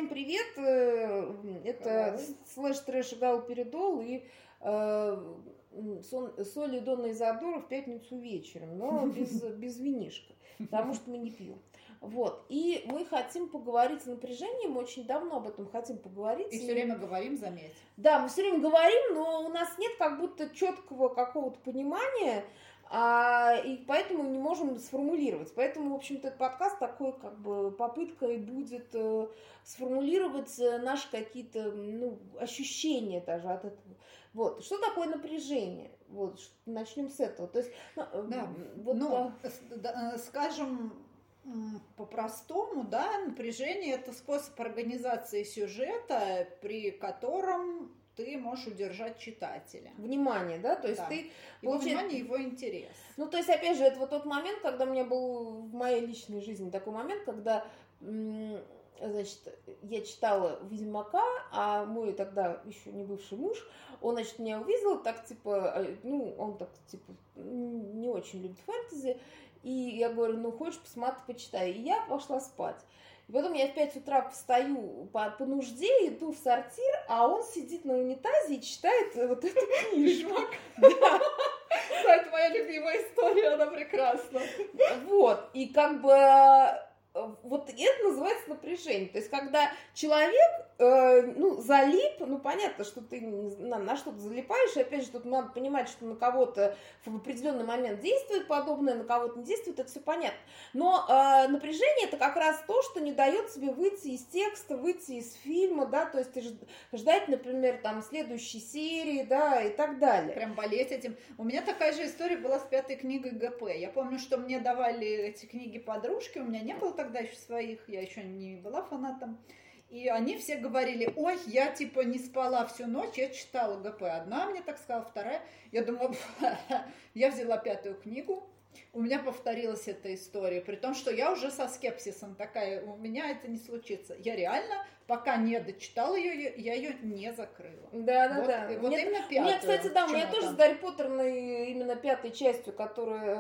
Всем привет! Это слэш трэш галоперидол и Соли Донна Изодора в пятницу вечером, но без винишка, потому что мы не пьем. Вот. И мы хотим поговорить о напряжении, мы очень давно об этом хотим поговорить. И все время говорим, заметь. Да, мы все время говорим, но у нас нет как будто четкого какого-то понимания, и поэтому не можем сформулировать. Поэтому, в общем-то, этот подкаст такой, как бы, попыткой будет сформулировать наши какие-то, ощущения даже от этого. Вот. Что такое напряжение? Вот, начнем с этого. То есть, скажем по-простому, да, напряжение – это способ организации сюжета, при котором ты можешь удержать читателя. Внимание, да? То есть ты внимание, его интерес. Ну, то есть, опять же, это вот тот момент, когда у меня был в моей личной жизни такой момент, когда, значит, я читала «Ведьмака», а мой тогда еще не бывший муж, он, значит, меня увидел, так, типа, он так, типа, не очень любит фэнтези, и я говорю, хочешь, посмотри, почитай. И я пошла спать. И потом я в 5 утра встаю по нужде, иду в сортир, а он сидит на унитазе и читает вот эту книжку. Да, это моя любимая история, она прекрасна. Вот, и как бы вот это называется напряжение. То есть, когда человек, залип, понятно, что ты на что-то залипаешь, и опять же, тут надо понимать, что на кого-то в определенный момент действует подобное, на кого-то не действует, это все понятно. Но напряжение это как раз то, что не дает тебе выйти из текста, выйти из фильма, да, то есть ждать, например, там, следующей серии, да, и так далее. Прям болеть этим. У меня такая же история была с 5-й книгой ГП. Я помню, что мне давали эти книги подружки, у меня не было тогда еще своих, я еще не была фанатом. И они все говорили, ой, я типа не спала всю ночь, я читала ГП. Одна мне так сказала, вторая. Я думаю, я взяла 5-ю книгу, у меня повторилась эта история, при том, что я уже со скепсисом такая, у меня это не случится. Я реально, пока не дочитала ее, я ее не закрыла. Да. Вот именно 5-ю. У меня, кстати, да, у меня тоже с Гарри Поттерной именно 5-й частью, которая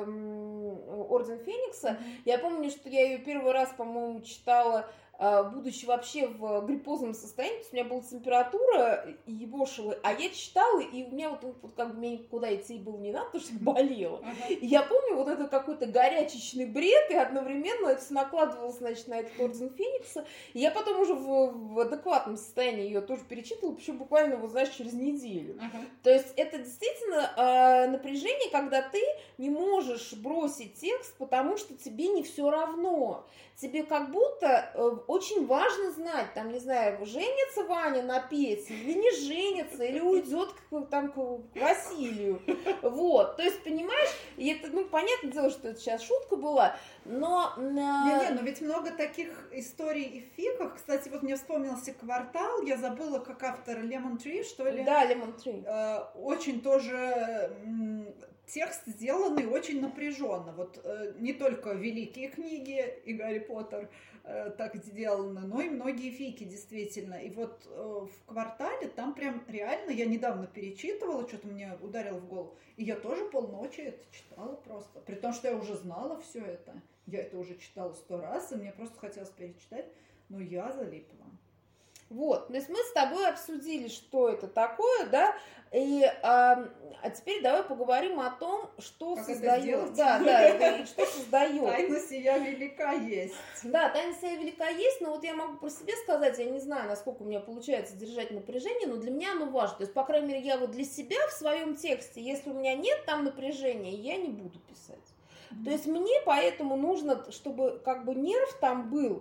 Орден Феникса. Я помню, что я ее первый раз, по-моему, читала, будучи вообще в гриппозном состоянии, то есть у меня была температура ебошила, а я читала, и у меня вот как бы мне никуда идти было не надо, потому что я болела. И я помню вот это какой-то горячечный бред, и одновременно это все накладывалось, значит, на этот Орден Феникса. И я потом уже в адекватном состоянии ее тоже перечитывала, причем буквально, вот, знаешь, через неделю. То есть это действительно напряжение, когда ты не можешь бросить текст, потому что тебе не все равно. Тебе как будто очень важно знать, там, не знаю, женится Ваня на Пете или не женится, или уйдет к Василию. Вот, то есть, понимаешь, и это, понятное дело, что это сейчас шутка была, но... но ведь много таких историй и в фиках. Кстати, вот мне вспомнился «Квартал», я забыла, как автор Lemon Tree, что ли? Да, Lemon Tree. Очень тоже... Текст сделанный очень напряженно. Вот не только великие книги и Гарри Поттер так сделаны, но и многие фики действительно. И вот в «Квартале» там прям реально, я недавно перечитывала, что-то мне ударило в голову, и я тоже полночи это читала просто. При том, что я уже знала все это. Я это уже читала 100 раз, и мне просто хотелось перечитать, но я залипла. Вот, то есть мы с тобой обсудили, что это такое, да, и теперь давай поговорим о том, что создает. Да, и что создает. Тайна сия велика есть. Да, тайна сия велика есть, но вот я могу про себя сказать, я не знаю, насколько у меня получается держать напряжение, но для меня оно важно. То есть, по крайней мере, я вот для себя в своем тексте, если у меня нет там напряжения, я не буду писать. То есть мне поэтому нужно, чтобы как бы нерв там был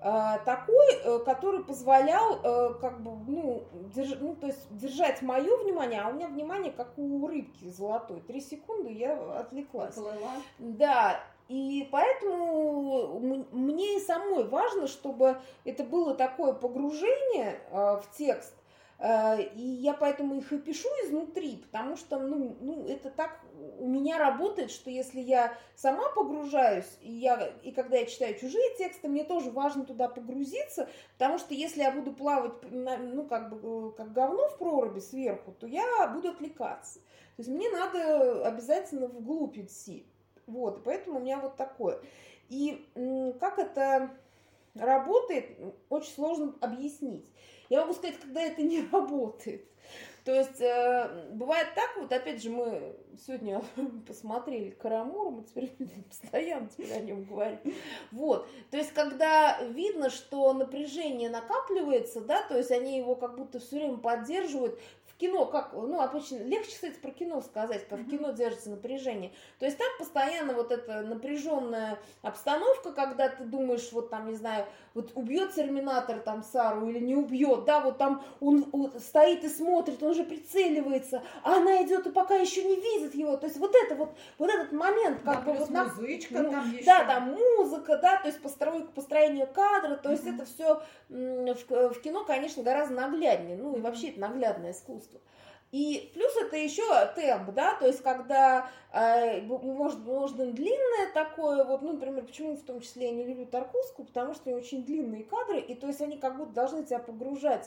такой, который позволял то есть держать мое внимание, а у меня внимание как у рыбки золотой. 3 секунды я отвлеклась. Да, и поэтому мне и самой важно, чтобы это было такое погружение в текст, и я поэтому их и пишу изнутри, потому что, это так у меня работает, что если я сама погружаюсь, и когда я читаю чужие тексты, мне тоже важно туда погрузиться, потому что если я буду плавать, как говно в проруби сверху, то я буду отвлекаться. То есть мне надо обязательно вглубь идти. Вот, и поэтому у меня вот такое. И как это работает, очень сложно объяснить. Я могу сказать, когда это не работает. То есть бывает так, вот опять же мы сегодня посмотрели Карамуру, мы теперь постоянно о нем говорим. Вот, то есть когда видно, что напряжение накапливается, да, то есть они его как будто все время поддерживают. В кино, как, ну, обычно, легче, кстати, про кино сказать, как в кино держится напряжение. То есть там постоянно вот эта напряженная обстановка, когда ты думаешь, вот там, не знаю, вот убьет Терминатор там Сару или не убьет, да, вот там он стоит и смотрит, он уже прицеливается, а она идет и пока еще не видит его. То есть вот этот момент, как да, бы вот музычка там еще. Да, там музыка, да, то есть построение кадра, то есть это все в кино, конечно, гораздо нагляднее, ну и вообще это наглядное искусство. И плюс это еще темп, да, то есть когда можно длинное такое, вот, ну, например, почему в том числе я не люблю Тарковскую, потому что у нее очень длинные кадры, и то есть они как будто должны тебя погружать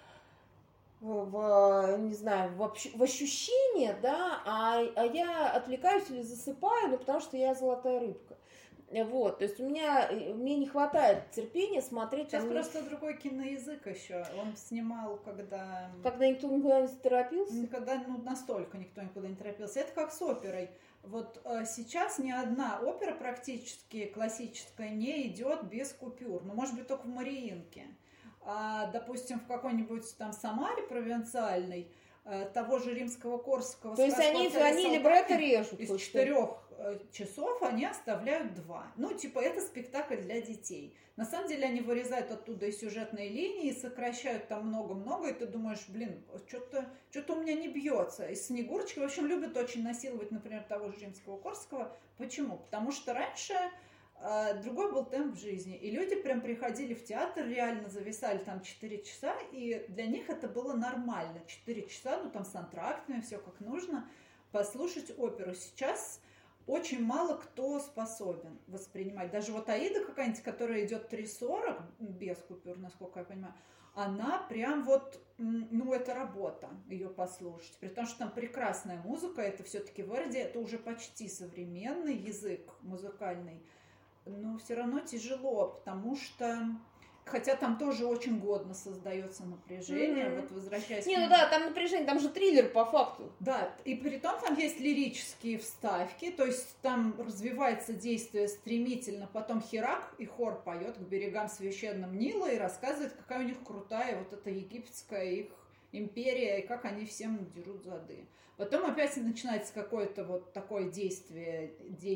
не знаю, в ощущение, да, а я отвлекаюсь или засыпаю, ну, потому что я золотая рыбка. Вот, то есть мне не хватает терпения смотреть. Сейчас просто другой киноязык еще. Он снимал, когда никто никуда не торопился? Никогда, ну, настолько никто никуда не торопился. Это как с оперой. Вот сейчас ни одна опера практически классическая не идет без купюр. Ну, может быть, только в Мариинке. А, допустим, в какой-нибудь там Самаре провинциальной того же Римского-Корсакова. То есть они либретто режут. Из 4 часов они оставляют 2. Ну, типа, это спектакль для детей. На самом деле они вырезают оттуда и сюжетные линии, и сокращают там много-много, и ты думаешь, блин, что-то у меня не бьется. И Снегурочки, в общем, любят очень насиловать, например, того же Римского-Корсакова. Почему? Потому что раньше другой был темп жизни. И люди прям приходили в театр, реально зависали там 4 часа, и для них это было нормально. 4 часа, ну там с антрактами, все как нужно, послушать оперу. Сейчас очень мало кто способен воспринимать. Даже вот Аида какая-нибудь, которая идет 3:40 без купюр, насколько я понимаю, она прям вот, ну, это работа ее послушать. При том, что там прекрасная музыка, это все-таки Верди, это уже почти современный язык музыкальный. Но все равно тяжело, потому что... Хотя там тоже очень годно создается напряжение, вот возвращаясь... Не, ну да, там напряжение, там же триллер по факту. Да, и при том там есть лирические вставки, то есть там развивается действие стремительно, потом Херак и хор поет к берегам священным Нила и рассказывает, какая у них крутая вот эта египетская их империя, и как они всем дерут зады. Потом опять начинается какое-то вот такое действие,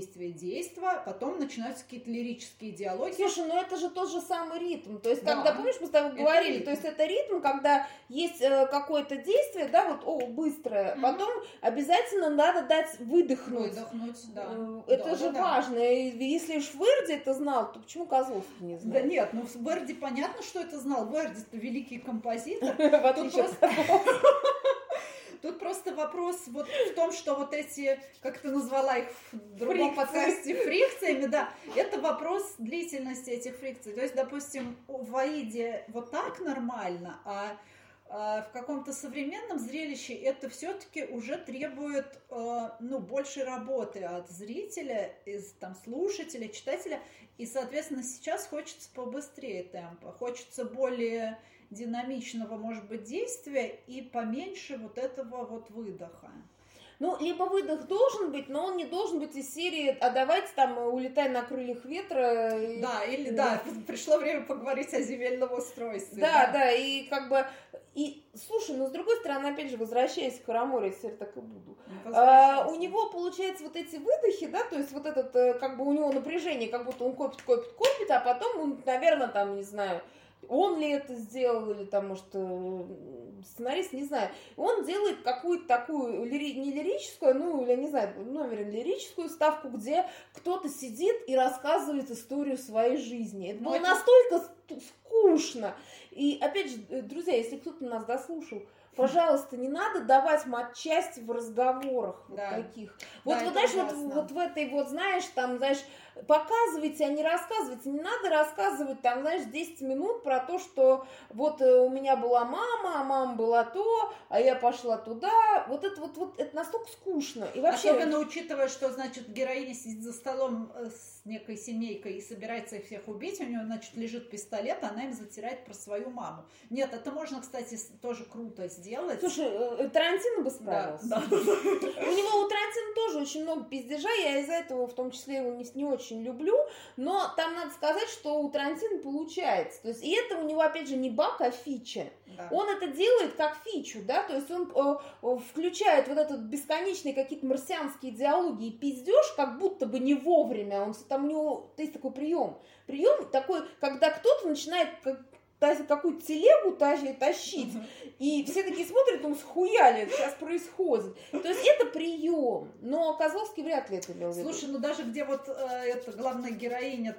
потом начинаются какие-то лирические диалоги. Слушай, ну это же тот же самый ритм. То есть, когда, помнишь, мы с тобой говорили, то есть это ритм, когда есть какое-то действие, да, вот, быстрое, потом обязательно надо дать выдохнуть. Да. Это же важно. И если уж Верди это знал, то почему Козловский не знал? Да нет, ну Верди понятно, что это знал. Верди это великий композитор. В отличие от Тут просто вопрос вот в том, что вот эти, как ты назвала их в другом подкасте, фрикциями, да, это вопрос длительности этих фрикций. То есть, допустим, в Аиде вот так нормально, а в каком-то современном зрелище это все-таки уже требует большей работы от зрителя, там, слушателя, читателя. И, соответственно, сейчас хочется побыстрее темпа, хочется более динамичного, может быть, действия и поменьше вот этого вот выдоха. Ну, либо выдох должен быть, но он не должен быть из серии «А давайте там улетай на крыльях ветра». Да, или да, пришло время поговорить о земельном устройстве. Да, и как бы... И, слушай, но с другой стороны, опять же, возвращаясь к Карамуре, если я так и буду, у него, получается, вот эти выдохи, да, то есть вот этот, как бы у него напряжение, как будто он копит, а потом он, наверное, там, не знаю, он ли это сделал, или там, может, сценарист, не знаю. Он делает какую-то такую, не лирическую, ну, я не знаю, наверное, лирическую ставку, где кто-то сидит и рассказывает историю своей жизни. Это было настолько скучно. И, опять же, друзья, если кто-то нас дослушал пожалуйста, не надо давать матчасть в разговорах вот таких. Вот, да, знаешь, вот в этой вот, знаешь, там, знаешь, показывайте, а не рассказывайте. Не надо рассказывать, там, знаешь, 10 минут про то, что вот у меня была мама, а мама была то, а я пошла туда. Вот это настолько скучно. И вообще... Особенно учитывая, что, значит, героиня сидит за столом с некой семейкой и собирается их всех убить, у нее, значит, лежит пистолет, она им затирает про свою маму. Нет, это можно, кстати, тоже круто сделать. Слушай, Тарантино бы справился. Да. У него, у Тарантино тоже очень много пиздежа, я из-за этого в том числе его не очень люблю, но там надо сказать, что у Тарантино получается. То есть, и это у него, опять же, не баг, а фича. Да. Он это делает как фичу, да, то есть он включает вот этот бесконечные какие-то марсианские диалоги и пиздеж, как будто бы не вовремя. Там у него есть такой прием. Прием такой, когда кто-то начинает какую-то телегу тащить, и все такие смотрят, ну, схуяли, это сейчас происходит. То есть это прием, но Козловский вряд ли это имел в виду. Слушай, ну даже где вот эта главная героиня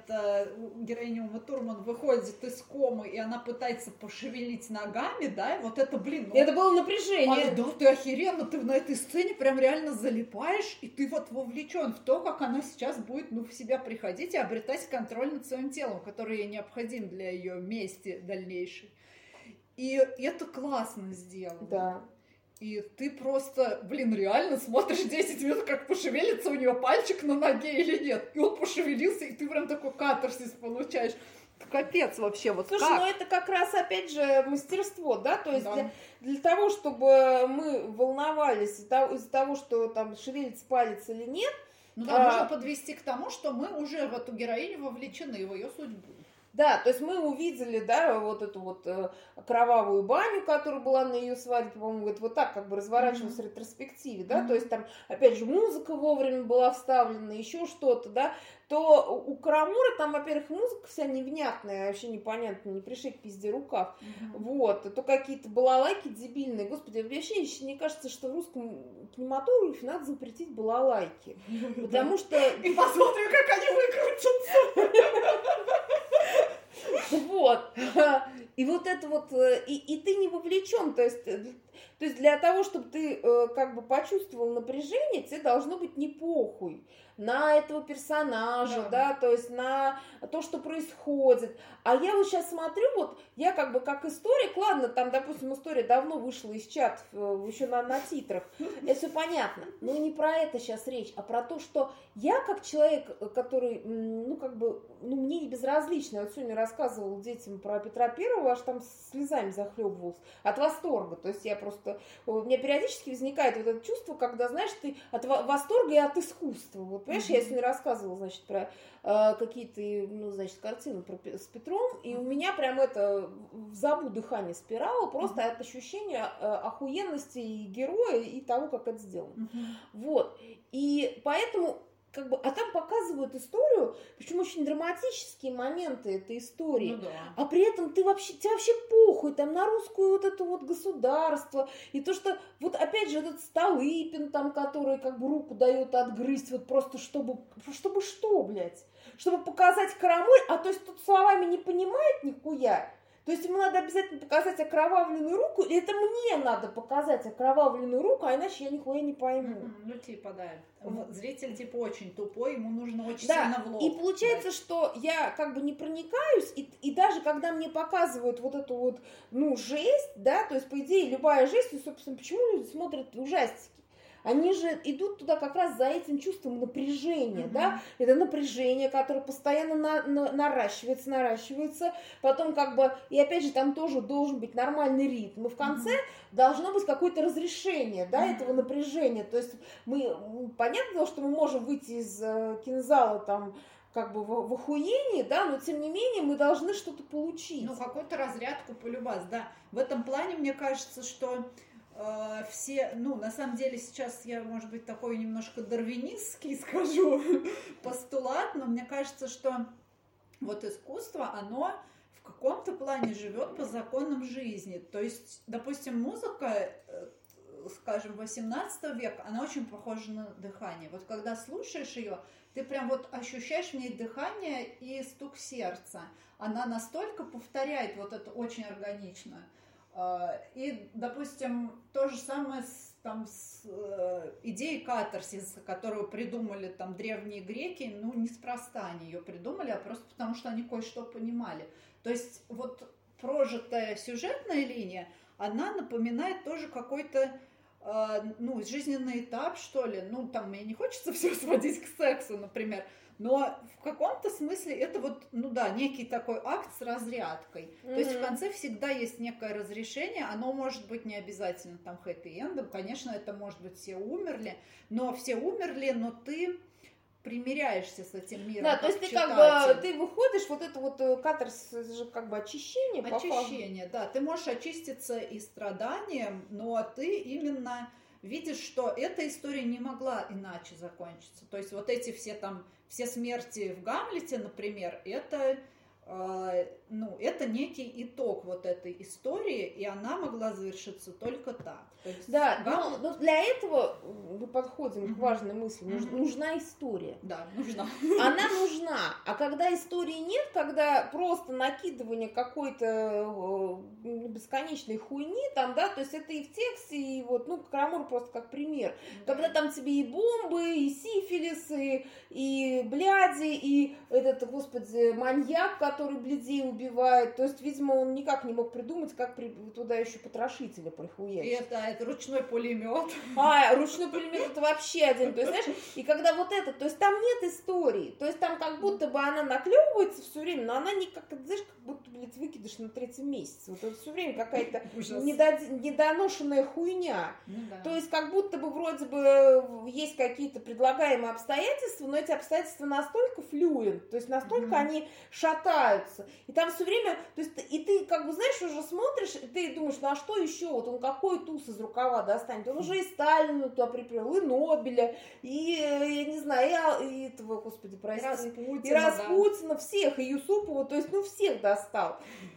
Ума Турман выходит из комы, и она пытается пошевелить ногами, да, и вот это, блин. Ну, это было напряжение. Да, ты охеренно, ты на этой сцене прям реально залипаешь, и ты вот вовлечен в то, как она сейчас будет, ну, в себя приходить и обретать контроль над своим телом, который ей необходим для ее мести дальнейшей. И это классно сделано. Да. И ты просто, блин, реально смотришь 10 минут, как пошевелится у нее пальчик на ноге или нет. И он пошевелился, и ты прям такой катарсис получаешь. Капец вообще, вот. Слушай, как? ну это как раз, опять же, мастерство, да? То есть для того, чтобы мы волновались из-за того, что там шевелится палец или нет. Ну да, можно подвести к тому, что мы уже в эту героиню вовлечены, в ее судьбу. Да, то есть мы увидели, да, вот эту вот кровавую баню, которая была на ее свадьбе, по-моему, вот так как бы разворачивалась в ретроспективе, да, то есть там, опять же, музыка вовремя была вставлена, еще что-то, да, то у Карамуры там, во-первых, музыка вся невнятная, вообще непонятно, не пришей к пизде рукав, вот, то какие-то балалайки дебильные, господи, вообще мне кажется, что в русском кинематографе надо запретить балалайки, потому что... И посмотрим, как они выкрутятся. Вот. И вот это вот, и ты не вовлечен, то есть для того, чтобы ты как бы почувствовал напряжение, тебе должно быть не похуй на этого персонажа, да, то есть на то, что происходит. А я вот сейчас смотрю, вот я как бы как историк, ладно, там, допустим, история давно вышла из чат, еще на титрах, это все понятно, но не про это сейчас речь, а про то, что я как человек, который, ну, как бы, ну, мне не безразлично, я вот сегодня рассказывала детям про Петра Первого, аж там слезами захлебывалась от восторга, то есть я просто, у меня периодически возникает вот это чувство, когда, знаешь, ты от восторга и от искусства, вот, понимаешь, я сегодня рассказывала, значит, про какие-то, ну, значит, картины с Петром, и у меня прям это в забу дыхание спирала просто от ощущения охуенности и героя, и того, как это сделано. Вот. И поэтому как бы, а там показывают историю, причем очень драматические моменты этой истории, ну, да. А при этом тебе вообще похуй там на русскую вот это вот государство, и то, что вот опять же этот Столыпин там, который как бы руку дает отгрызть, вот просто чтобы что, блядь? Чтобы показать Карамурь, а то есть тут словами не понимает нихуя. То есть ему надо обязательно показать окровавленную руку, и это мне надо показать окровавленную руку, а иначе я нихуя не пойму. Ну, типа, да. Зритель, типа, очень тупой, ему нужно очень да. сильно в лоб. И получается, что я как бы не проникаюсь, и даже когда мне показывают вот эту вот, ну, жесть, да, то есть, по идее, любая жесть, и, собственно, почему люди смотрят ужастики? Они же идут туда как раз за этим чувством напряжения, да, это напряжение, которое постоянно наращивается, потом как бы, и опять же там тоже должен быть нормальный ритм, и в конце должно быть какое-то разрешение, да, этого напряжения, то есть понятно, что мы можем выйти из кинозала там, как бы в охуении, да, но тем не менее мы должны что-то получить. Ну, какую-то разрядку полюбас, да. В этом плане, мне кажется, что все, ну, на самом деле сейчас я, может быть, такой немножко дарвинистский скажу постулат, но мне кажется, что вот искусство, оно в каком-то плане живет по законам жизни. То есть, допустим, музыка, скажем, 18 века, она очень похожа на дыхание. Вот когда слушаешь ее, ты прям вот ощущаешь в ней дыхание и стук сердца. Она настолько повторяет вот это очень органично. И, допустим, то же самое с идеей катарсиса, которую придумали там древние греки, ну, неспроста они ее придумали, а просто потому, что они кое-что понимали. То есть вот прожитая сюжетная линия, она напоминает тоже какой-то жизненный этап, что ли. Ну, там, мне не хочется все сводить к сексу, например, но в каком-то смысле это вот, некий такой акт с разрядкой. То есть в конце всегда есть некое разрешение, оно может быть не обязательно там хэппи-эндом, конечно, это может быть все умерли, но ты примиряешься с этим миром. Да, то есть ты как бы, ты выходишь, вот это вот катарсис же как бы очищение. Очищение, да, ты можешь очиститься и страданием, но ты именно видишь, что эта история не могла иначе закончиться. То есть вот эти все смерти в Гамлете, например, это некий итог вот этой истории, и она могла завершиться только так. Да, но для этого мы подходим к важной мысли. Нужна история. Да, нужна. Она нужна. А когда истории нет, когда просто накидывание какой-то бесконечной хуйни, там, да, то есть это и в тексте, и вот, Карамур просто как пример. Да. Когда там тебе и бомбы, и сифилис, и бляди, и этот, господи, маньяк, который блядей убивает. То есть, видимо, он никак не мог придумать, как туда еще потрошителя прихуячить. Это ручной пулемет. Ручной пулемет это вообще один. То есть, знаешь, и когда вот это, то есть там нет истории. То есть там как будто бы она наклевывается все время, но она не как, знаешь, как будто, блядь, выкидыш на 3-м месяце. Вот это все время какая-то недоношенная хуйня. То есть как будто бы вроде бы есть какие-то предлагаемые обстоятельства, но эти обстоятельства настолько флюент, то есть настолько они шатаются. И там все время, то есть и ты как бы, знаешь, уже смотришь, и ты думаешь, а что еще? Вот он какой туз из рукава достанет? Он уже и Сталина туда приплел, и Нобеля, и, я не знаю, и этого, господи, прости, и Распутина, всех, и Юсупова, то есть, всех достал.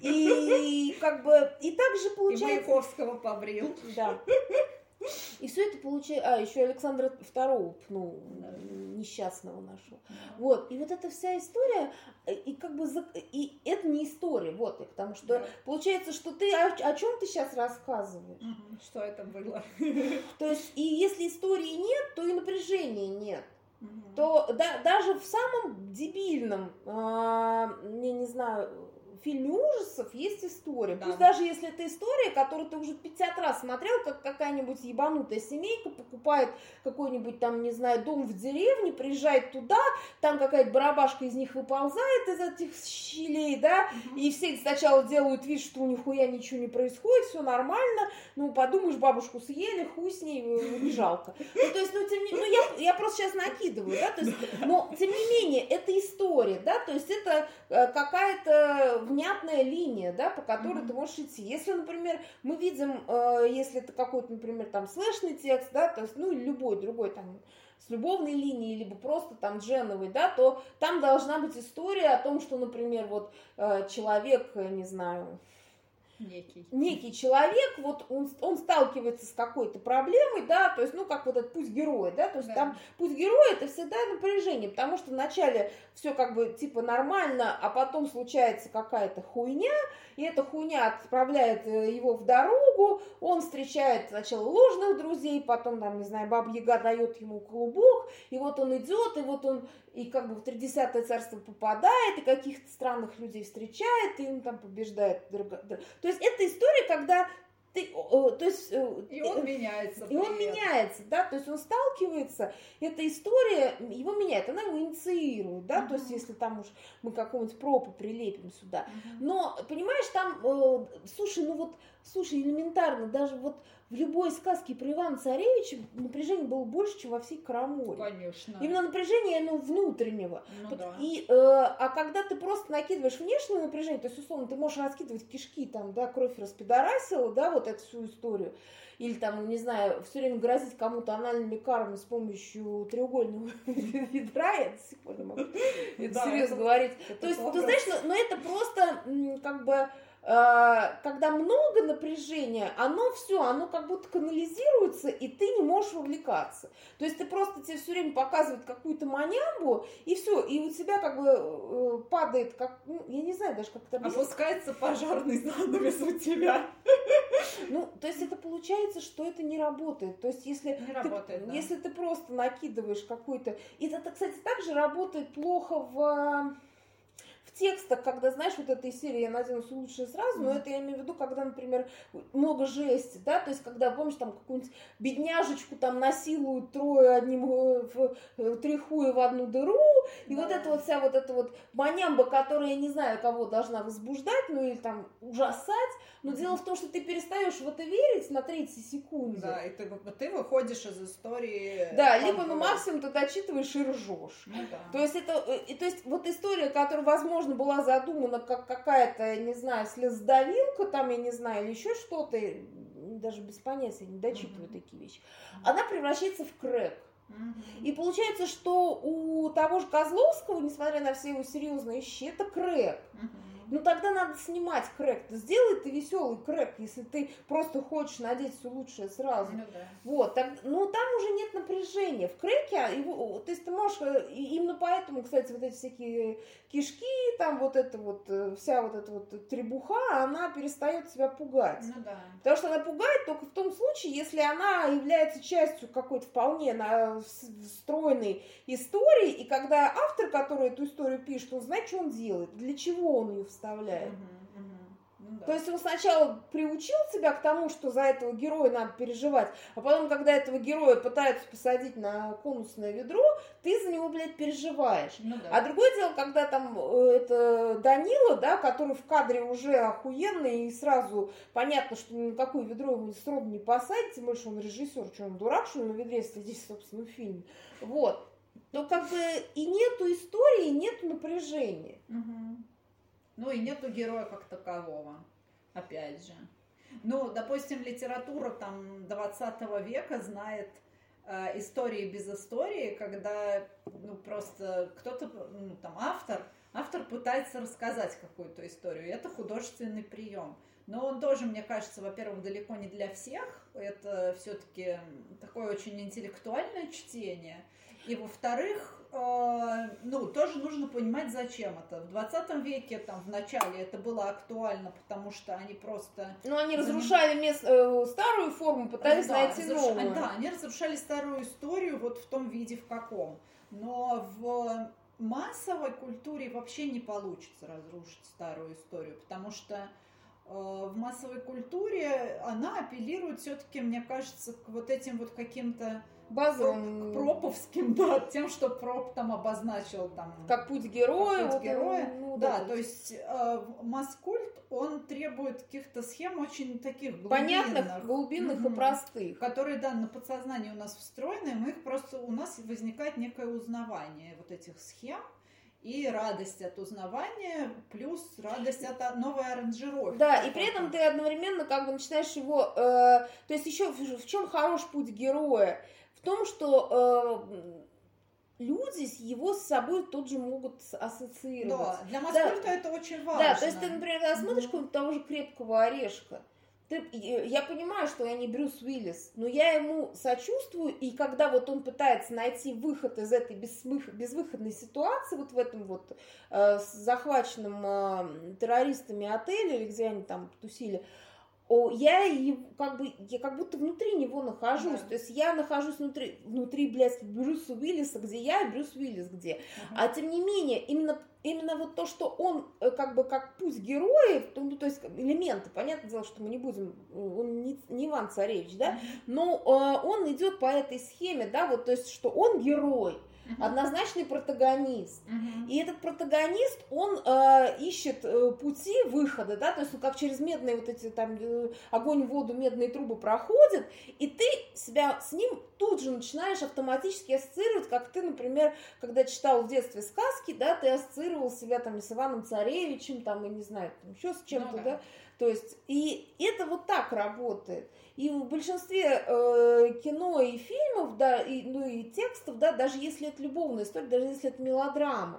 И как бы, и так же получается... И Маяковского побрил. Да. И все это получается... еще Александра II пнул, несчастного нашего. Вот. И вот эта вся история, и как бы... И это не история, вот, и потому что получается, что ты... О чем ты сейчас рассказываешь? Что это было? То есть, и если истории нет, то и напряжения нет. То даже в самом дебильном, я не знаю... В фильме ужасов есть история. Да. Пусть даже если это история, которую ты уже 50 раз смотрел, как какая-нибудь ебанутая семейка покупает какой-нибудь там, не знаю, дом в деревне, приезжает туда, там какая-то барабашка из них выползает из этих щелей, да, и все сначала делают вид, что у них хуя ничего не происходит, все нормально, подумаешь, бабушку съели, хуй с ней, не жалко. То есть, я просто сейчас накидываю, да, то есть, но тем не менее, это история, да, то есть это какая-то внятная линия, да, по которой ты можешь идти. Если, например, мы видим, если это какой-то, например, там слэшный текст, да, то есть, или любой другой там с любовной линией, либо просто там дженовый, да, то там должна быть история о том, что, например, вот человек, не знаю, некий человек, вот он сталкивается с какой-то проблемой, да, то есть, как вот этот путь героя, да, то есть там путь героя это всегда напряжение, потому что вначале все как бы типа нормально, а потом случается какая-то хуйня, и эта хуйня отправляет его в дорогу, он встречает сначала ложных друзей, потом, там, не знаю, Баба-Яга дает ему клубок, и вот он идет, и вот он и как бы в 30-е царство попадает, и каких-то странных людей встречает, и он там побеждает. То есть это история, когда ты, то есть, и он меняется. И он меняется, да, то есть он сталкивается, эта история его меняет, она его инициирует, да, то есть если там уж мы какого-нибудь пропа прилепим сюда. Но, понимаешь, там, слушай, элементарно, даже вот в любой сказке про Ивана Царевича напряжение было больше, чем во всей Караморе. Конечно. Именно напряжение внутреннего. Да. И, а когда ты просто накидываешь внешнее напряжение, то есть, условно, ты можешь раскидывать кишки, там, да, кровь распидорасила, да, вот эту всю историю, или там, не знаю, все время грозить кому-то анальными карами с помощью треугольного ведра, я до сих пор не могу это серьезно говорить. То есть, ты знаешь, но это просто как бы когда много напряжения, оно как будто канализируется, и ты не можешь вовлекаться. То есть ты просто тебе все время показывают какую-то манямбу, и все, и у тебя как бы падает, как, ну, я не знаю даже, как это объяснить. Опускается пожарный занавес у тебя. Ну, то есть это получается, что это не работает. То есть если если ты просто накидываешь какой-то... И это, кстати, также работает плохо в текстах, когда, знаешь, вот этой серии «Я надену все лучшее сразу», но это я имею в виду, когда, например, много жести, да, то есть когда, помнишь, там какую-нибудь бедняжечку там насилуют трое три хуя в одну дыру, и вот это вот вся вот эта вот манямба, которая, я не знаю, кого должна возбуждать, ну или там ужасать, но дело в том, что ты перестаешь в это верить на 3-й секунде. Да, и ты выходишь из истории. Да, либо, ну, максимум ты дочитываешь и ржешь. Ну, да. То есть вот история, которая, возможно, была задумана как какая-то, не знаю, слезодавилка там, я не знаю, или еще что-то, даже без понятия, не дочитываю такие вещи, она превращается в крэк. И получается, что у того же Козловского, несмотря на все его серьезные вещи, это крэк. Ну тогда надо снимать крэк. Сделай ты веселый крэк, если ты просто хочешь надеть все лучшее сразу. Ну, да. Вот, ну там уже нет напряжения. В крэке его, то есть ты можешь, именно поэтому, кстати, вот эти всякие кишки, там вот это вот, вся вот эта вот требуха, она перестает тебя пугать. Ну, да. Потому что она пугает только в том случае, если она является частью какой-то вполне встроенной истории, и когда автор, который эту историю пишет, он знает, что он делает, для чего он ее вставляет. Ну, да. То есть он сначала приучил тебя к тому, что за этого героя надо переживать, а потом, когда этого героя пытаются посадить на конусное ведро, ты за него, блядь, переживаешь. Ну, да. А другое дело, когда там это Данила, да, который в кадре уже охуенный, и сразу понятно, что никакое ведро ему сроду не посадить, тем более, что он режиссер, что он дурак, что он на ведре сидит, собственно, в фильме. Вот. Но как бы и нету истории, и нету напряжения. Ну и нету героя как такового, опять же. Ну, допустим, литература там 20 века знает истории без истории, когда ну, просто кто-то, ну, там автор пытается рассказать какую-то историю, и это художественный прием. Но он тоже, мне кажется, во-первых, далеко не для всех, это все-таки такое очень интеллектуальное чтение, и во-вторых, ну, тоже нужно понимать, зачем это. В 20 веке, там, в начале это было актуально, потому что они просто... Ну, они разрушали старую форму, пытались найти новую. Да, они разрушали старую историю вот в том виде, в каком. Но в массовой культуре вообще не получится разрушить старую историю, потому что в массовой культуре она апеллирует все-таки, мне кажется, к вот этим вот каким-то базовым, к проповским, да, тем, что Проп там обозначил там. Как путь героя. Как путь героя. Ну, да, то есть масс-культ, он требует каких-то схем очень таких понятных, глубинных и простых. Которые, да, на подсознании у нас встроены, мы их просто, у нас возникает некое узнавание вот этих схем. И радость от узнавания, плюс радость от новой аранжировки. Да, и при этом ты одновременно как бы начинаешь его... то есть еще в чем хорош путь героя? В том, что люди его с собой тут же могут ассоциировать. Да, для масс-культа это очень важно. Да, то есть ты, например, когда смотришь какого-нибудь того же «Крепкого орешка», я понимаю, что я не Брюс Уиллис, но я ему сочувствую, и когда вот он пытается найти выход из этой безвыходной ситуации, вот в этом вот захваченном террористами отеле, или где они там тусили, я как будто внутри него нахожусь. Да. То есть я нахожусь внутри, блядь, Брюса Уиллиса, где я, и Брюс Уиллис где. А тем не менее, именно вот то, что он как бы как путь героев, ну, то есть элементы, понятное дело, что мы не будем, он не Иван Царевич, да, но он идет по этой схеме, да, вот, то есть, что он герой, однозначный протагонист. И этот протагонист, он ищет пути выхода, да, то есть он как через медные вот эти там огонь, воду, медные трубы проходит, и ты себя с ним тут же начинаешь автоматически ассоциировать, как ты, например, когда читал в детстве сказки, да, ты ассоциировал себя там с Иваном Царевичем, там, и не знаю, там, еще с чем-то, да, то есть, и это вот так работает. И в большинстве кино и фильмов, да, и текстов, да, даже если это любовная история, даже если это мелодрама,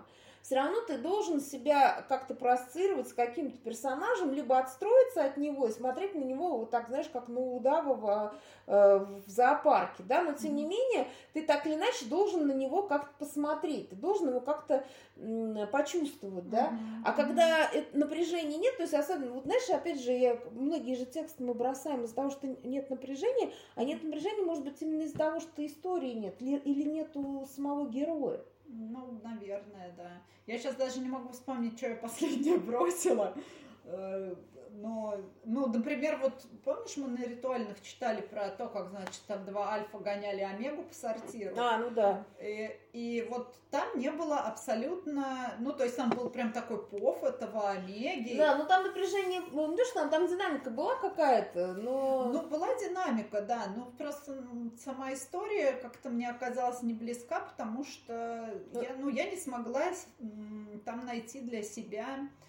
все равно ты должен себя как-то проассоциировать с каким-то персонажем, либо отстроиться от него и смотреть на него вот так, знаешь, как на удава в зоопарке, да, но тем не менее ты так или иначе должен на него как-то посмотреть, ты должен его как-то почувствовать, да, а когда напряжения нет, то есть особенно, вот знаешь, опять же, многие же тексты мы бросаем из-за того, что нет напряжения, а нет напряжения, может быть, именно из-за того, что истории нет, или нету самого героя. Ну, наверное, да. Я сейчас даже не могу вспомнить, что я последнее бросила. Но, ну, например, вот помнишь, мы на ритуальных читали про то, как, значит, там 2 альфа гоняли омегу по сортиру. Ну да. И вот там не было абсолютно, ну, то есть там был прям такой пов этого омеги. Да, ну там напряжение, ну, не то, что там динамика была какая-то, но... Ну, была динамика, да, но просто сама история как-то мне оказалась не близка, потому что я не смогла там найти для себя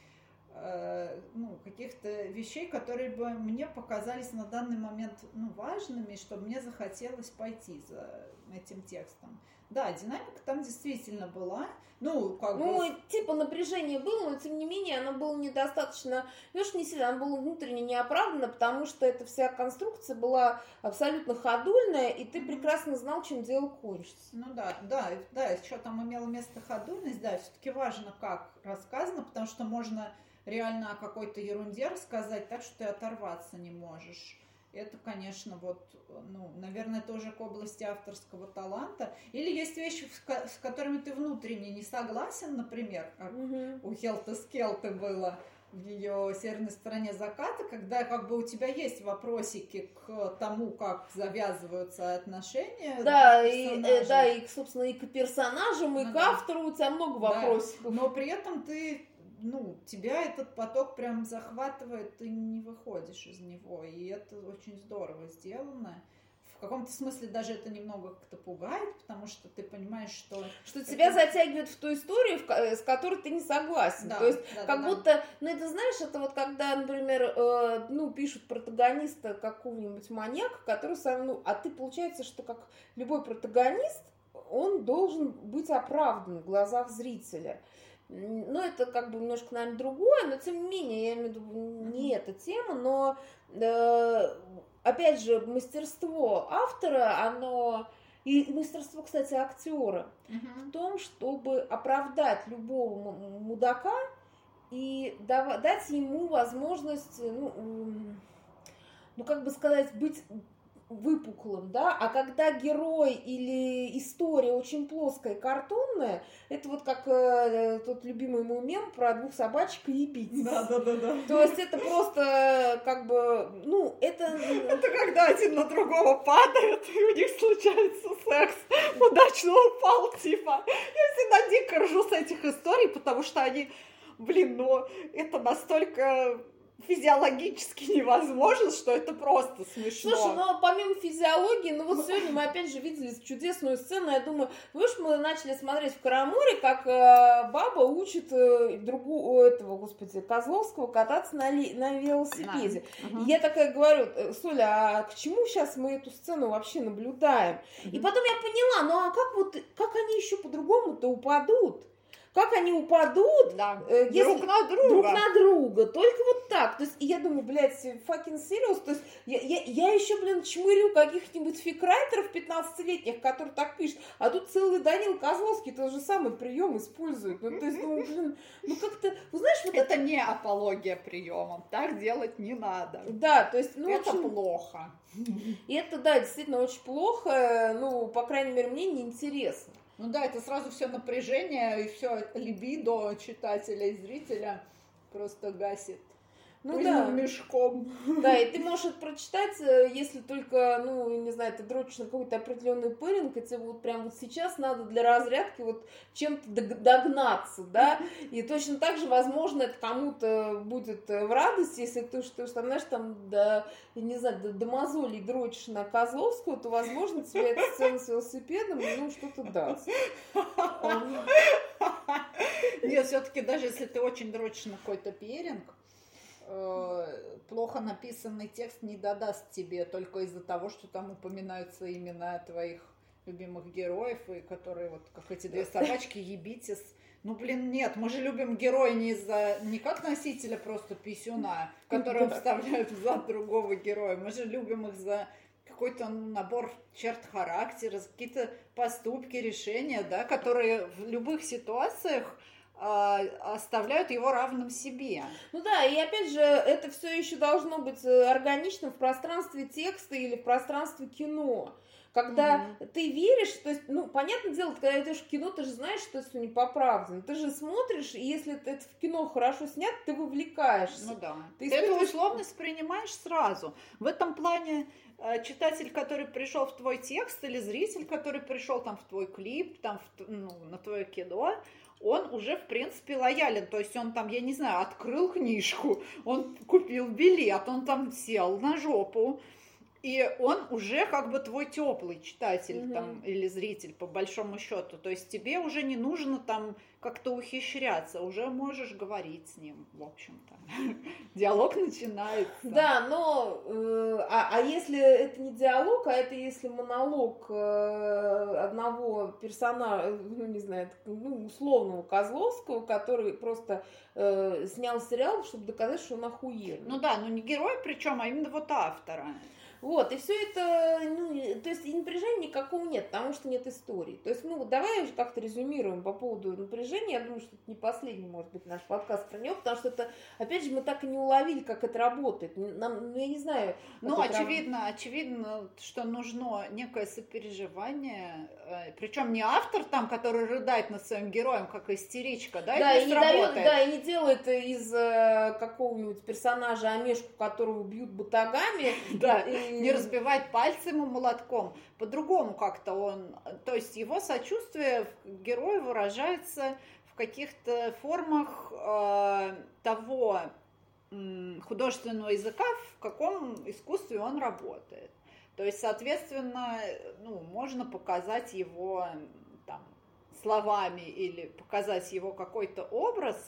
каких-то вещей, которые бы мне показались на данный момент важными, чтобы мне захотелось пойти за этим текстом. Да, динамика там действительно была. Типа напряжение было, но тем не менее оно было недостаточно, не сильно, оно было внутренне неоправданно, потому что эта вся конструкция была абсолютно ходульная, и ты прекрасно знал, чем дело кончится. Ну да, еще там имела место ходульность, да, все-таки важно, как рассказано, потому что можно реально о какой-то ерунде рассказать так, что ты оторваться не можешь. Это, конечно, наверное, тоже к области авторского таланта. Или есть вещи, с которыми ты внутренне не согласен, например, как у Хелты Скелты было в ее «Северной стороне заката», когда как бы у тебя есть вопросики к тому, как завязываются отношения. И, собственно, и к персонажам, и к автору у тебя много вопросиков. Да, но при этом тебя этот поток прям захватывает, ты не выходишь из него, и это очень здорово сделано. В каком-то смысле даже это немного как-то пугает, потому что ты понимаешь, что тебя затягивает в ту историю, с которой ты не согласен. Да, то есть, будто, это знаешь, это вот когда, например, пишут протагониста какого-нибудь маньяка, который сам, а ты, получается, что как любой протагонист, он должен быть оправдан в глазах зрителя. Это как бы немножко, наверное, другое, но тем не менее, я имею в виду не эта тема, но опять же, мастерство автора, оно и мастерство, кстати, актера в том, чтобы оправдать любого мудака и дать ему возможность, быть выпуклым, да, а когда герой или история очень плоская и картонная, это вот как тот любимый мой мем про 2 собачек и ебить. Да. То есть это просто это... Это когда один на другого падает, и у них случается секс. Удачно упал, типа. Я всегда дико ржу с этих историй, потому что они, это настолько... физиологически невозможно, что это просто смешно. Слушай, помимо физиологии, сегодня мы опять же видели чудесную сцену, я думаю, мы начали смотреть в Караморе, как баба учит Козловского кататься на велосипеде. И я такая говорю: Соля, а к чему сейчас мы эту сцену вообще наблюдаем? И потом я поняла, как они еще по-другому-то упадут? Как они упадут друг на друга. Только вот так. То есть, я думаю, fucking serious. То есть, я еще, чмырю каких-нибудь фикрайтеров 15-летних, которые так пишут. А тут целый Данил Козловский тот же самый прием использует. То есть, как-то, знаешь, это не апология приемом. Так делать не надо. Да, то есть, это плохо. И это, да, действительно очень плохо. По крайней мере, мне неинтересно. Это сразу все напряжение и все либидо читателя и зрителя просто гасит пыльным мешком. Да, и ты можешь это прочитать, если только, не знаю, ты дрочишь на какой-то определенный пылинг, и тебе прям сейчас надо для разрядки чем-то догнаться, да, и точно так же, возможно, это кому-то будет в радость, если ты там, знаешь, до мозолей дрочишь на Козловскую, то, возможно, тебе эта сцена с велосипедом, что-то даст. Нет, все-таки даже если ты очень дрочишь на какой-то пиринг, плохо написанный текст не додаст тебе только из-за того, что там упоминаются имена твоих любимых героев, и которые как эти 2 собачки, ебитесь. Ну, блин, нет, мы же любим героя не как носителя просто писюна, которого вставляют в зад другого героя. Мы же любим их за какой-то набор черт характера, какие-то поступки, решения, да, которые в любых ситуациях оставляют его равным себе. Ну да, и опять же, это все еще должно быть органичным в пространстве текста или в пространстве кино. Когда ты веришь, то есть, ну, понятное дело, когда идешь в кино, ты же знаешь, что это не по правде. Ты же смотришь, и если это в кино хорошо снят, ты вовлекаешься. Ну да. Ты эту условность принимаешь сразу. В этом плане читатель, который пришел в твой текст, или зритель, который пришел там в твой клип, там на твое кино, он уже, в принципе, лоялен. То есть он там, я не знаю, открыл книжку, он купил билет, он там сел на жопу, и он уже как бы твой теплый читатель там, или зритель, по большому счету. То есть тебе уже не нужно там как-то ухищряться, уже можешь говорить с ним, в общем-то. Диалог начинается. Да, но а если это не диалог, а это если монолог одного персонажа, ну не знаю, условного Козловского, который просто снял сериал, чтобы доказать, что он охуенный. Ну да, но не герой причем, а именно вот автора. Вот, и все это, ну, то есть и напряжения никакого нет, потому что нет истории. То есть, ну, давай как-то резюмируем по поводу напряжения. Я думаю, что это не последний, может быть, наш подкаст про него, потому что это, опять же, мы так и не уловили, как это работает. Нам, ну, я не знаю. Ну, очевидно, что нужно некое сопереживание, причем не автор там, который рыдает над своим героем, как истеричка, да, да, и не дает, да, и не делает из какого-нибудь персонажа Амешку, которого бьют батагами. Да, не разбивать пальцы ему молотком. По-другому как-то он... То есть его сочувствие к герою выражается в каких-то формах того художественного языка, в каком искусстве он работает. То есть, соответственно, ну, можно показать его там, словами или показать его какой-то образ,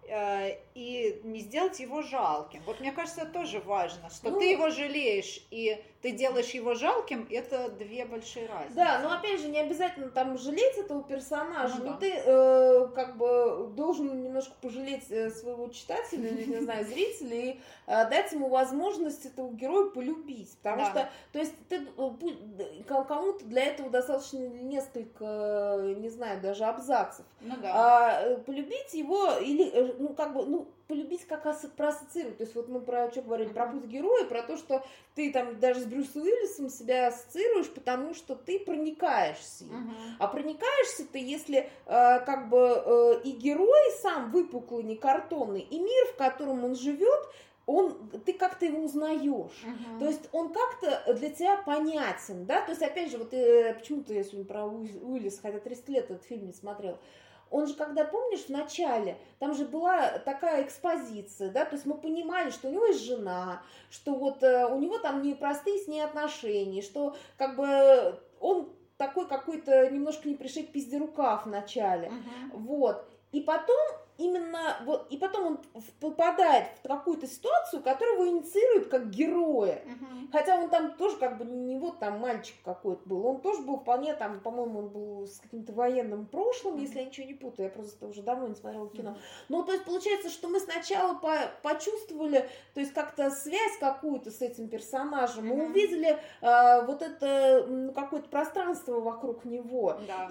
и не сделать его жалким. Вот мне кажется, это тоже важно, что ты его жалеешь, и ты делаешь его жалким, это две большие разницы. Да, но опять же, не обязательно там жалеть этого персонажа, но ты как бы должен немножко пожалеть своего читателя, или, не знаю, зрителя, и дать ему возможность этого героя полюбить. Потому что, то есть, ты кому-то для этого достаточно несколько, не знаю, даже абзацев. Ну, да. Полюбить его, или, ну, как бы, ну, полюбить как проассоциировать. То есть вот мы про что говорили, про путь героя, про то, что ты там даже с Брюсом Уиллисом себя ассоциируешь, потому что ты проникаешься им. А проникаешься ты, если как бы и герой сам выпуклый, не картонный, и мир, в котором он живет, ты как-то его узнаешь. То есть он как-то для тебя понятен, да? То есть, опять же, вот почему-то я сегодня про Уиллиса, хотя 300 лет этот фильм не смотрела. Он же, когда, помнишь, в начале, там же была такая экспозиция, да, то есть мы понимали, что у него есть жена, что вот у него там непростые с ней отношения, что как бы он такой какой-то немножко не пришей пиздерукав в начале, вот. И потом именно вот, и потом он попадает в какую-то ситуацию, которая его инициирует как героя. Хотя он там тоже как бы не вот там мальчик какой-то был, он тоже был вполне там, по-моему, он был с каким-то военным прошлым, если я ничего не путаю, я просто уже давно не смотрела кино. Ну, то есть получается, что мы сначала почувствовали, то есть как-то связь какую-то с этим персонажем, мы увидели вот это какое-то пространство вокруг него. Да.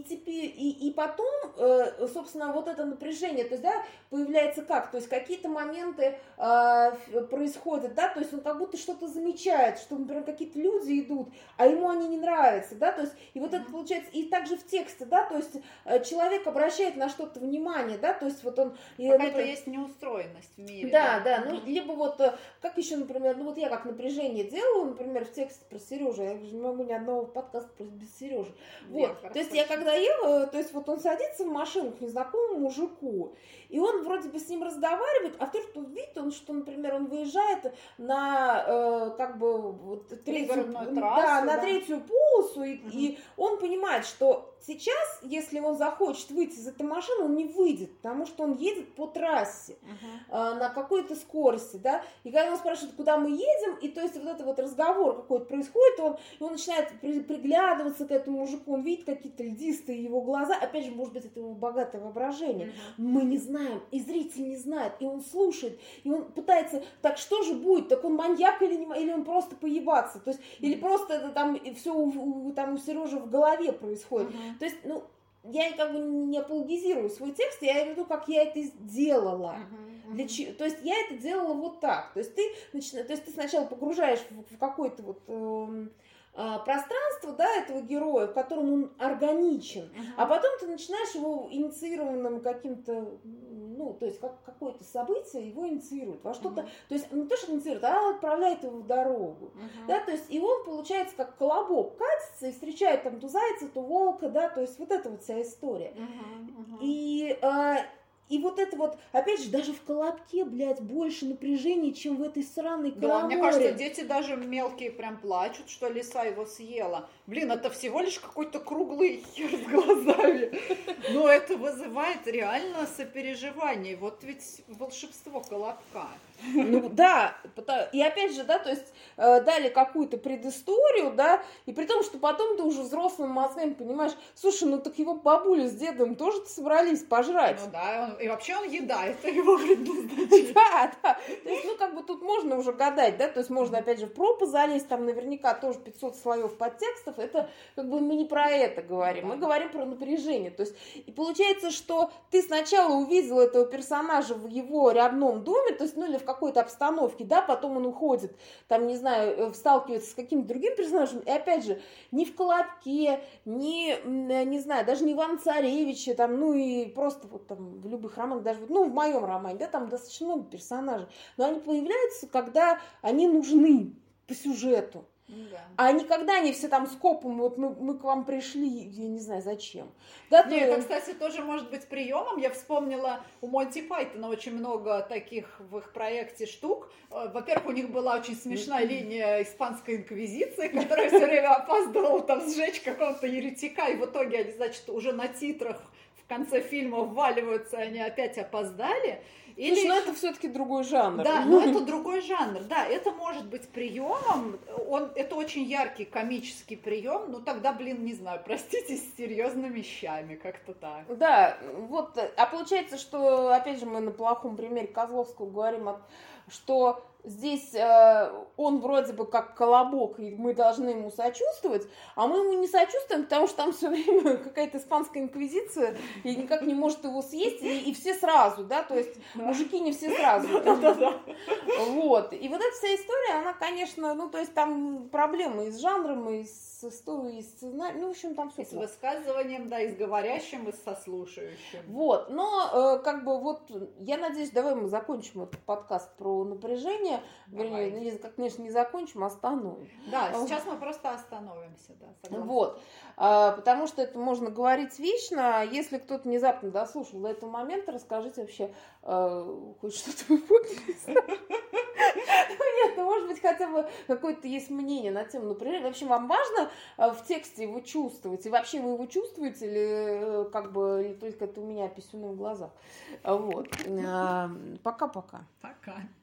И потом, собственно, вот это напряжение, то есть, да, появляется как, то есть какие-то моменты происходят, да, то есть он как будто что-то замечает, что, например, какие-то люди идут, а ему они не нравятся, да, то есть, и вот это получается, и также в тексте, да, то есть человек обращает на что-то внимание, да, то есть вот он... Какая-то есть неустроенность в мире. Да, да, ну, либо вот, как еще, например, ну, вот я как напряжение делаю, например, в тексте про Сережу, я же не могу ни одного подкаста без Сережи. Вот, то есть я когда ела, то есть вот он садится в машину к незнакомому мужику, И он вроде бы с ним разговаривает, а в тот видит он, что, например, он выезжает на как бы вот, третью полосу, и он понимает, что сейчас, если он захочет выйти из этой машины, он не выйдет, потому что он едет по трассе на какой-то скорости, да, и когда он спрашивает, куда мы едем, и то есть вот этот вот разговор какой-то происходит, он начинает приглядываться к этому мужику, он видит какие-то льдистые его глаза, опять же, может быть, это его богатое воображение, мы не знаем, и зритель не знает, и он слушает, и он пытается, так что же будет, так он маньяк или он просто поебаться, то есть, или просто это там все там у Сережи в голове происходит, то есть, ну, я как бы не апологизирую свой текст, я имею в виду, как я это сделала. То есть я это делала вот так. То есть ты сначала погружаешь в какой-то вот пространство, да, этого героя, в котором он органичен, а потом ты начинаешь его инициированным каким-то, ну, то есть какое-то событие его инициирует во что-то, то есть не то, что инициирует, а отправляет его в дорогу, да, то есть и он, получается, как колобок катится и встречает там то зайца, то волка, да, то есть вот эта вот вся история. И вот это вот, опять же, даже в «Колобке», блядь, больше напряжения, чем в этой сраной Коломоре. Да, мне кажется, дети даже мелкие прям плачут, что лиса его съела. Блин, это всего лишь какой-то круглый хер с глазами. Но это вызывает реально сопереживание. Вот ведь волшебство «Колобка». Ну да, и опять же, да, то есть дали какую-то предысторию, да, и при том, что потом ты уже взрослым мозгами понимаешь, слушай, ну так его бабуля с дедом тоже собрались пожрать. Ну да, и вообще он еда, это его предназначение. Да, то есть, ну как бы тут можно уже гадать, да, то есть можно опять же в пропу залезть, там наверняка тоже 500 слоев подтекстов, это как бы мы не про это говорим, мы говорим про напряжение, то есть, и получается, что ты сначала увидел этого персонажа в его родном доме, то есть, ну или в какой-то обстановке, да, потом он уходит, там, не знаю, сталкивается с каким-то другим персонажем, и опять же, ни в «Колобке», ни, не знаю, даже не в «Иван-Царевиче», там, ну и просто вот там в любых романах, даже вот, ну, в моем романе, да, там достаточно много персонажей, но они появляются, когда они нужны по сюжету. Да. А никогда не все там скопом, вот мы к вам пришли, я не знаю зачем. Да, нет, это, кстати, тоже может быть приемом. Я вспомнила, у Монти Пайтона очень много таких в их проекте штук. Во-первых, у них была очень смешная линия испанской инквизиции, которая все время опаздывала там сжечь какого-то еретика, и в итоге они, значит, уже на титрах в конце фильма вваливаются, они опять опоздали. Или... Слушай, ну это все-таки другой жанр. Да, но это другой жанр. Да, это может быть приемом. Это очень яркий комический прием. Ну тогда, блин, не знаю, простите, с серьезными вещами, как-то так. Да, вот. А получается, что, опять же, мы на плохом примере Козловского говорим, что здесь он вроде бы как колобок, и мы должны ему сочувствовать, а мы ему не сочувствуем, потому что там все время какая-то испанская инквизиция, и никак не может его съесть, и все сразу, да, то есть мужики не все сразу. Вот. И вот эта вся история, она, конечно, ну, то есть там проблемы и с жанром, и с историей, и с сценарием, ну, в общем, там все. И с высказыванием, да, и с говорящим, и со слушающим. Вот, но, как бы, вот, я надеюсь, давай мы закончим этот подкаст про напряжение. Вернее, конечно, не закончим, а остановим. Да, сейчас мы просто остановимся, да, согласна. Вот, потому что это можно говорить вечно. Если кто-то внезапно дослушал до этого момента, расскажите вообще хоть что-то вы поняли. Нет, ну, может быть, хотя бы какое-то есть мнение на тему напряжения. Вообще, вам важно в тексте его чувствовать? И вообще вы его чувствуете или как бы или только это у меня писюны в глазах? Вот. Пока-пока. Пока.